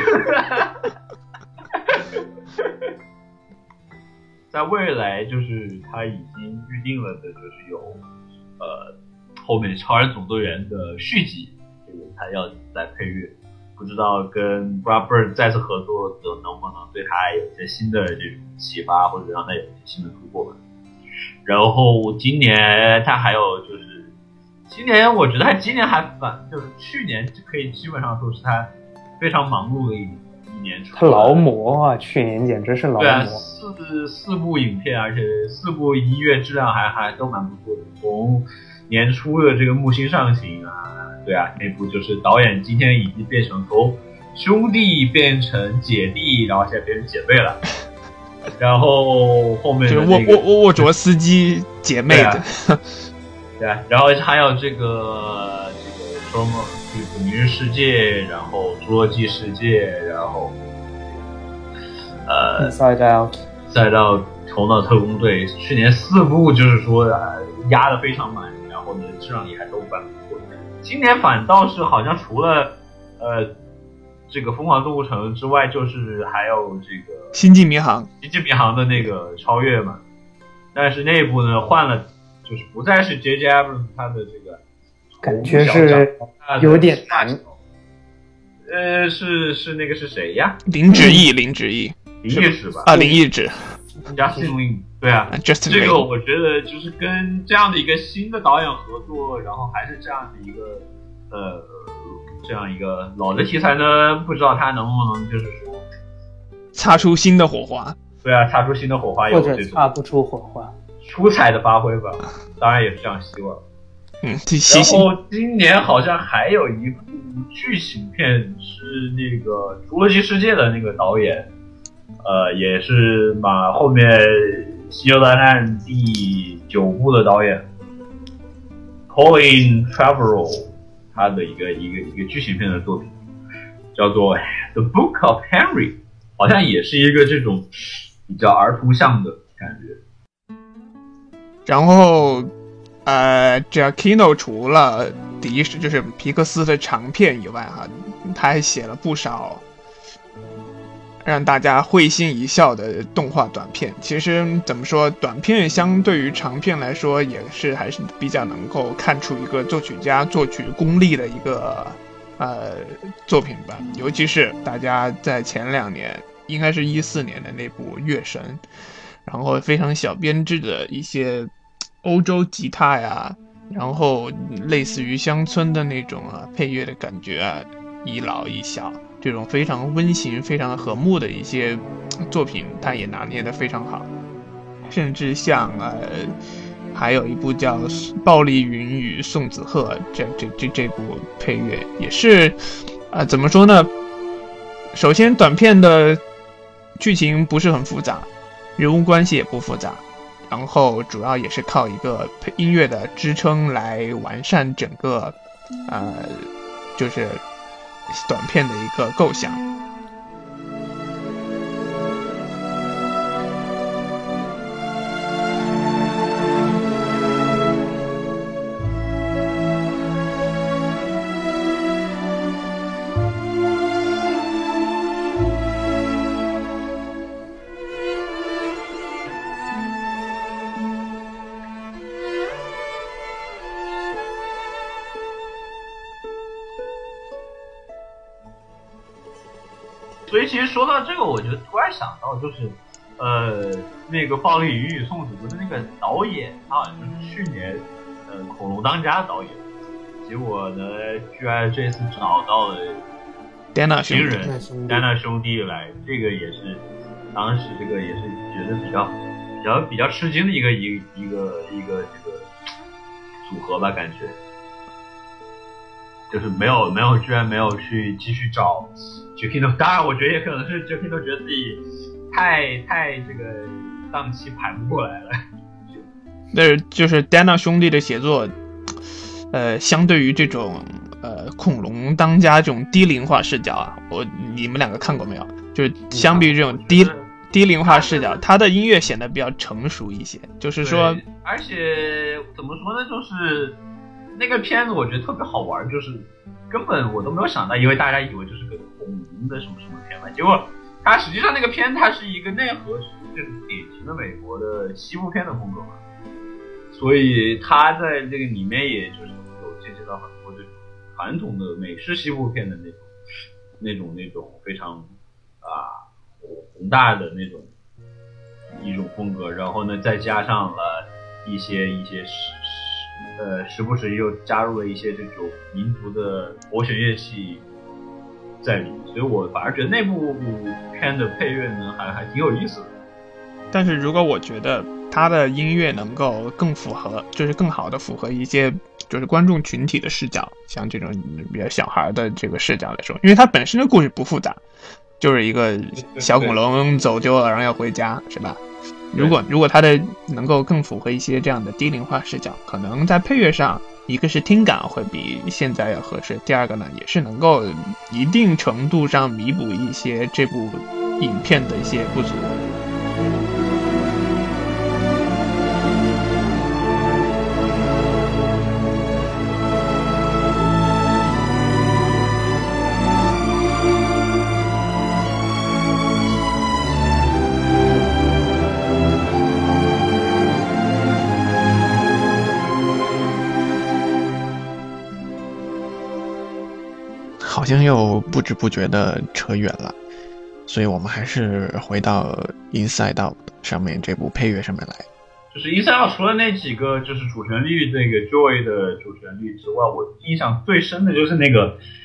Speaker 3: 在未来，就是他已经预定了的，就是有呃后面《超人总动员》的续集，这个他要再配乐，不知道跟 Brad Bird 再次合作的能不能对他有一些新的这种启发，或者让他有一些新的突破吧。然后今年他还有就是，今年我觉得他今年还反，就是去年可以基本上说是他非常忙碌的一年。一年
Speaker 4: 他劳模啊，去年简直是劳模。
Speaker 3: 对啊，四四部影片，而且四部音乐质量还还都蛮不错的。从年初的这个木星上行啊，对啊，那部就是导演今天已经变成从兄弟变成姐弟，然后现在变成姐妹了。然后后面的
Speaker 2: 那个就是沃沃沃卓斯基姐妹的，
Speaker 3: 对啊，然后还有这个这个什么这个明日世界，然后侏罗纪世界，然后呃
Speaker 4: 赛道
Speaker 3: 赛道头脑特工队，去年四部就是说呃压得非常满，然后呢质量也还都蛮不错的。今年反倒是好像除了呃这个疯狂动物城之外，就是还有这个
Speaker 2: 星际迷航
Speaker 3: 星际迷航的那个超越嘛，但是那一部呢换了，就是不再是 J J Abrams 他的这个
Speaker 4: 感觉是有点难。
Speaker 3: 呃，是是那个是谁呀？
Speaker 2: 林芷逸，林芷逸，
Speaker 3: 林义芷吧？
Speaker 2: 啊，林义芷
Speaker 3: ，Justin Lin， 对啊
Speaker 2: ，Justin Lin，
Speaker 3: 这个我觉得就是跟这样的一个新的导演合作，然后还是这样的一个呃这样一个老的题材呢，不知道他能不能就是说
Speaker 2: 擦出新的火花。
Speaker 3: 对啊，擦出新的火花，有
Speaker 4: 或者擦不出火花，
Speaker 3: 出彩的发挥吧。当然也是这样希望。
Speaker 2: 嗯，
Speaker 3: 然后今年好像还有一部剧情片是那个《侏罗纪世界》的那个导演，呃，也是把后面《西游大战》第九部的导演 Colin Trevorrow 他的一个一个一个剧情片的作品，叫做《The Book of Henry》，好像也是一个这种比较儿童向的感觉。
Speaker 2: 然后。呃 Giacchino 除了迪士就是皮克斯的长片以外哈，他还写了不少让大家会心一笑的动画短片。其实怎么说，短片相对于长片来说也是还是比较能够看出一个作曲家作曲功力的一个呃作品吧。尤其是大家在前两年应该是一四年的那部《月神》，然后非常小编制的一些欧洲吉他呀，然后类似于乡村的那种啊配乐的感觉啊，一老一小这种非常温馨非常和睦的一些作品，它也拿捏得非常好。甚至像呃还有一部叫《暴力云与宋子鹤》，这这这这部配乐也是啊、呃、怎么说呢，首先短片的剧情不是很复杂，人物关系也不复杂，然后主要也是靠一个音乐的支撑来完善整个呃就是短片的一个构想。
Speaker 3: 所以其实说到这个，我就突然想到，就是呃那个《暴力云与宋子鹤》的那个导演，他好像就是去年呃《恐龙当家》的导演，结果呢居然这次找到了
Speaker 2: 丹纳
Speaker 3: 新人丹纳兄弟来，这个也是当时这个也是觉得比较比较比较吃惊的一个一个一个一个这个组合吧，感觉就是没有没有居然没有去继续找Giacchino， 当然我觉得也可能是 Giacchino 觉得自己太太这个档期排不过来了。
Speaker 2: 那就是丹纳兄弟的写作，呃，相对于这种呃恐龙当家这种低龄化视角啊，我你们两个看过没有？就是相比于这种低、嗯、低龄化视角，他的音乐显得比较成熟一些。就是说，
Speaker 3: 而且怎么说呢，就是那个片子我觉得特别好玩，就是根本我都没有想到，因为大家以为就是个恐龙的什么什么片嘛，结果它实际上那个片它是一个内核是这种典型的美国的西部片的风格嘛，所以它在这个里面也就是有借鉴到很多这种传统的美式西部片的那种那种那种非常啊宏大的那种一种风格，然后呢再加上了一些一些呃时不时又加入了一些这种民族的拨弦乐器在里面，所以我反而觉得那部片的配乐呢还还挺有意思的。
Speaker 2: 但是如果我觉得他的音乐能够更符合，就是更好的符合一些就是观众群体的视角，像这种比较小孩的这个视角来说，因为它本身的故事不复杂，就是一个小恐龙走丢了然后要回家，是吧？如果如果它的能够更符合一些这样的低龄化视角，可能在配乐上一个是听感会比现在要合适，第二个呢也是能够一定程度上弥补一些这部影片的一些不足。好像又不知不觉的扯远了，所以我们还是回到 Inside Out 上面这部配乐上面来。
Speaker 3: 就是 Inside Out 除了那几个就是主旋律那个 Joy 的主旋律之外，我印象最深的就是那个在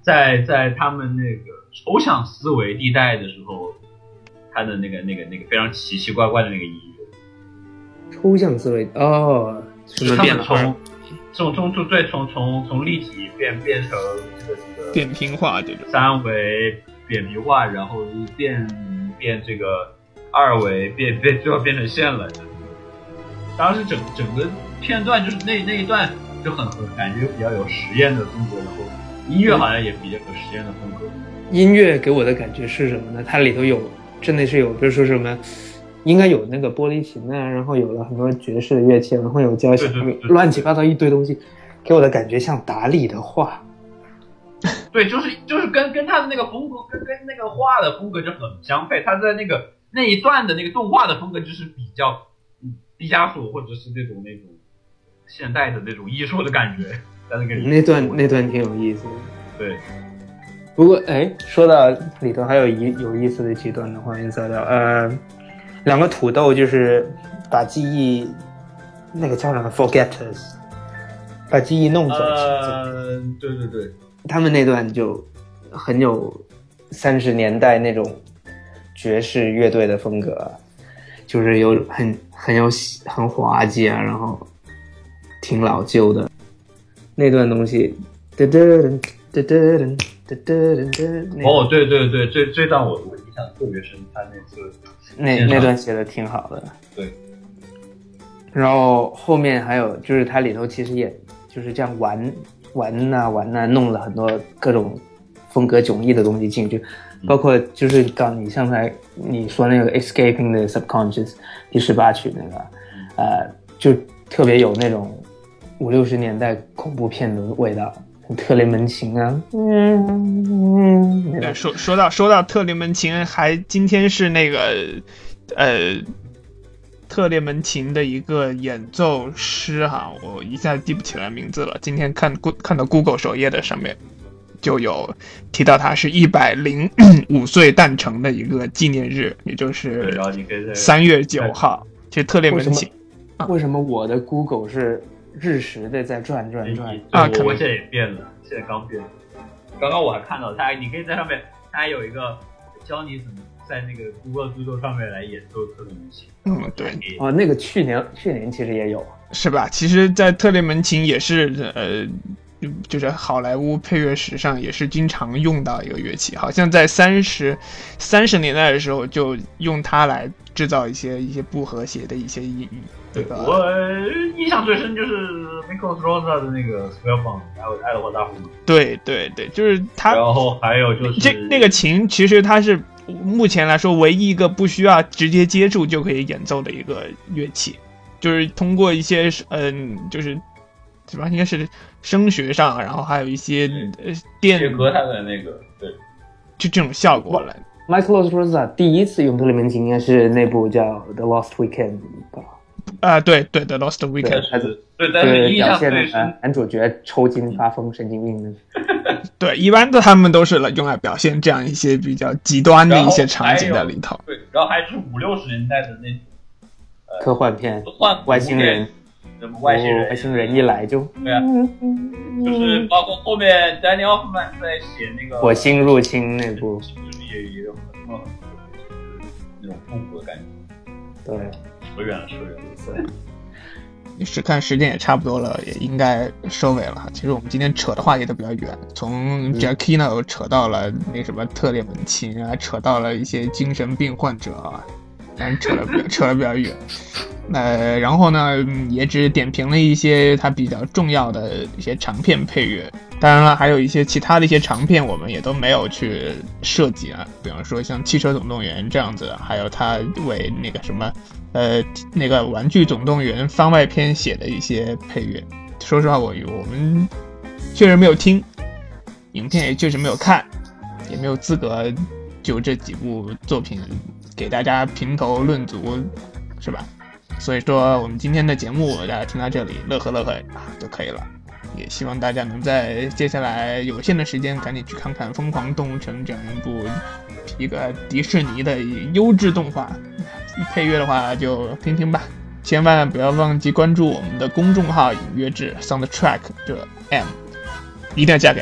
Speaker 3: 在在他们那个抽象思维地带的时候，他的那个那个那个非常奇奇怪怪的那个音乐。
Speaker 4: 抽象思维哦，什么变化？
Speaker 3: 从从从对从从从立体变变成这个这个
Speaker 2: 扁平化这种
Speaker 3: 三维扁平化，然后变变这个二维变变最后变成线了。当时整整个片段就是那那一段就很很感觉比较有实验的风格，然后音乐好像也比较有实验的风格。
Speaker 4: 音乐给我的感觉是什么呢？它里头有真的是有，比如说什么。应该有那个玻璃琴啊，然后有了很多爵士的乐器，然后有交响乐，乱七八糟一堆东西，给我的感觉像达利的画。
Speaker 3: 对，就是就是跟跟他的那个风格，跟跟那个画的风格就很相配。他在那个那一段的那个动画的风格就是比较毕加索或者是那种那种现代的那种艺术的感觉。在那个
Speaker 4: 那段那段挺有意思的。
Speaker 3: 对。
Speaker 4: 不过哎，说到里头还有一有意思的几段的画面材料，呃。两个土豆就是把记忆，那个叫什么 forgetters， 把记忆弄走。
Speaker 3: 呃，对对对，
Speaker 4: 他们那段就很有三十年代那种爵士乐队的风格，就是有很很有很滑稽啊，然后挺老旧的那段东西。噔噔噔噔噔噔噔。
Speaker 3: 哦，对对对，这这段我我印象特别深，他那次。
Speaker 4: 那那段写的挺好的，
Speaker 3: 对。
Speaker 4: 然后后面还有就是它里头其实也就是这样玩玩呐、啊、玩呐、啊，弄了很多各种风格迥异的东西进去，包括就是刚你刚才你说那个 Escaping the Subconscious 第十八曲那个，呃，就特别有那种五六十年代恐怖片的味道。特雷门琴啊，嗯，
Speaker 2: 对，说说到说到特雷门琴，还今天是那个呃特雷门琴的一个演奏师哈，我一下记不起来名字了。今天看看到 Google 首页的上面就有提到他是一百零五岁诞辰的一个纪念日，也就是三月九号。其实特雷门琴，
Speaker 4: 为什么，为什么我的 Google 是？日食的在转转转
Speaker 3: 啊！可能现在也变了，现在刚变了。刚刚我还看到它，你可以在上面，它还有一个教你怎么在那个 Google Doodle 上面来演奏特雷门琴。
Speaker 2: 嗯，对。
Speaker 4: 哦，那个去年去年其实也有，
Speaker 2: 是吧？其实，在特雷门琴也是呃，就是好莱坞配乐史上也是经常用到一个乐器，好像在三十三十年代的时候就用它来制造一些一些不和谐的一些音域。
Speaker 3: 对，我印象最深就是 Miklos Rozsa 的那个 Spellbound， 还有爱德华大夫。
Speaker 2: 对对对，就是他。
Speaker 3: 然后还有就是
Speaker 2: 这那个琴，其实它是目前来说唯一一个不需要直接接触就可以演奏的一个乐器，就是通过一些嗯，就是什么应该是声学上，然后还有一些呃电
Speaker 3: 结合它的那个对，
Speaker 2: 就这种效果来。
Speaker 4: Miklos Rozsa 第一次用特雷门琴应该是那部叫《The Lost Weekend》吧。
Speaker 2: 啊、呃，对对，《The Lost Weekend》
Speaker 3: 对，但是印象最
Speaker 4: 深，男主角抽筋发疯、神经病的。
Speaker 2: 对，一般的他们都是用来表现这样一些比较极端的一些场景在里头。
Speaker 3: 对，然后还是五六十年代的那种、
Speaker 4: 呃、科幻片，
Speaker 3: 科幻
Speaker 4: 外星人，
Speaker 3: 什么外星人，
Speaker 4: 外星人一来就
Speaker 3: 对啊，就是包括后面 Danny Elfman 在写那个
Speaker 4: 火星入侵那部，
Speaker 3: 就是也也有很多那种复古的感觉。
Speaker 4: 对。
Speaker 3: 扯远了，扯远了。对，
Speaker 2: 你是看时间也差不多了，也应该收尾了。其实我们今天扯的话题都比较远，从 Giacchino 扯到了那什么特雷门琴啊，扯到了一些精神病患者啊，但是扯的比较扯的比较远。呃，然后呢，也只点评了一些它比较重要的一些长片配乐。当然了，还有一些其他的一些长片，我们也都没有去涉及啊。比方说像《汽车总动员》这样子，还有他为那个什么，呃，那个《玩具总动员》番外篇写的一些配乐。说实话，我我们确实没有听，影片也确实没有看，也没有资格就这几部作品给大家评头论足，是吧？所以说，我们今天的节目大家听到这里，乐呵乐呵啊就可以了。也希望大家能在接下来有限的时间赶紧去看看《疯狂动物城》这样一部一个迪士尼的优质动画，配乐的话就听听吧。千万不要忘记关注我们的公众号影乐志 Soundtrack 这 M， 一定要加个 M。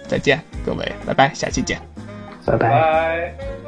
Speaker 2: 再见，各位，拜拜，下期见，
Speaker 4: 拜拜。
Speaker 3: 拜。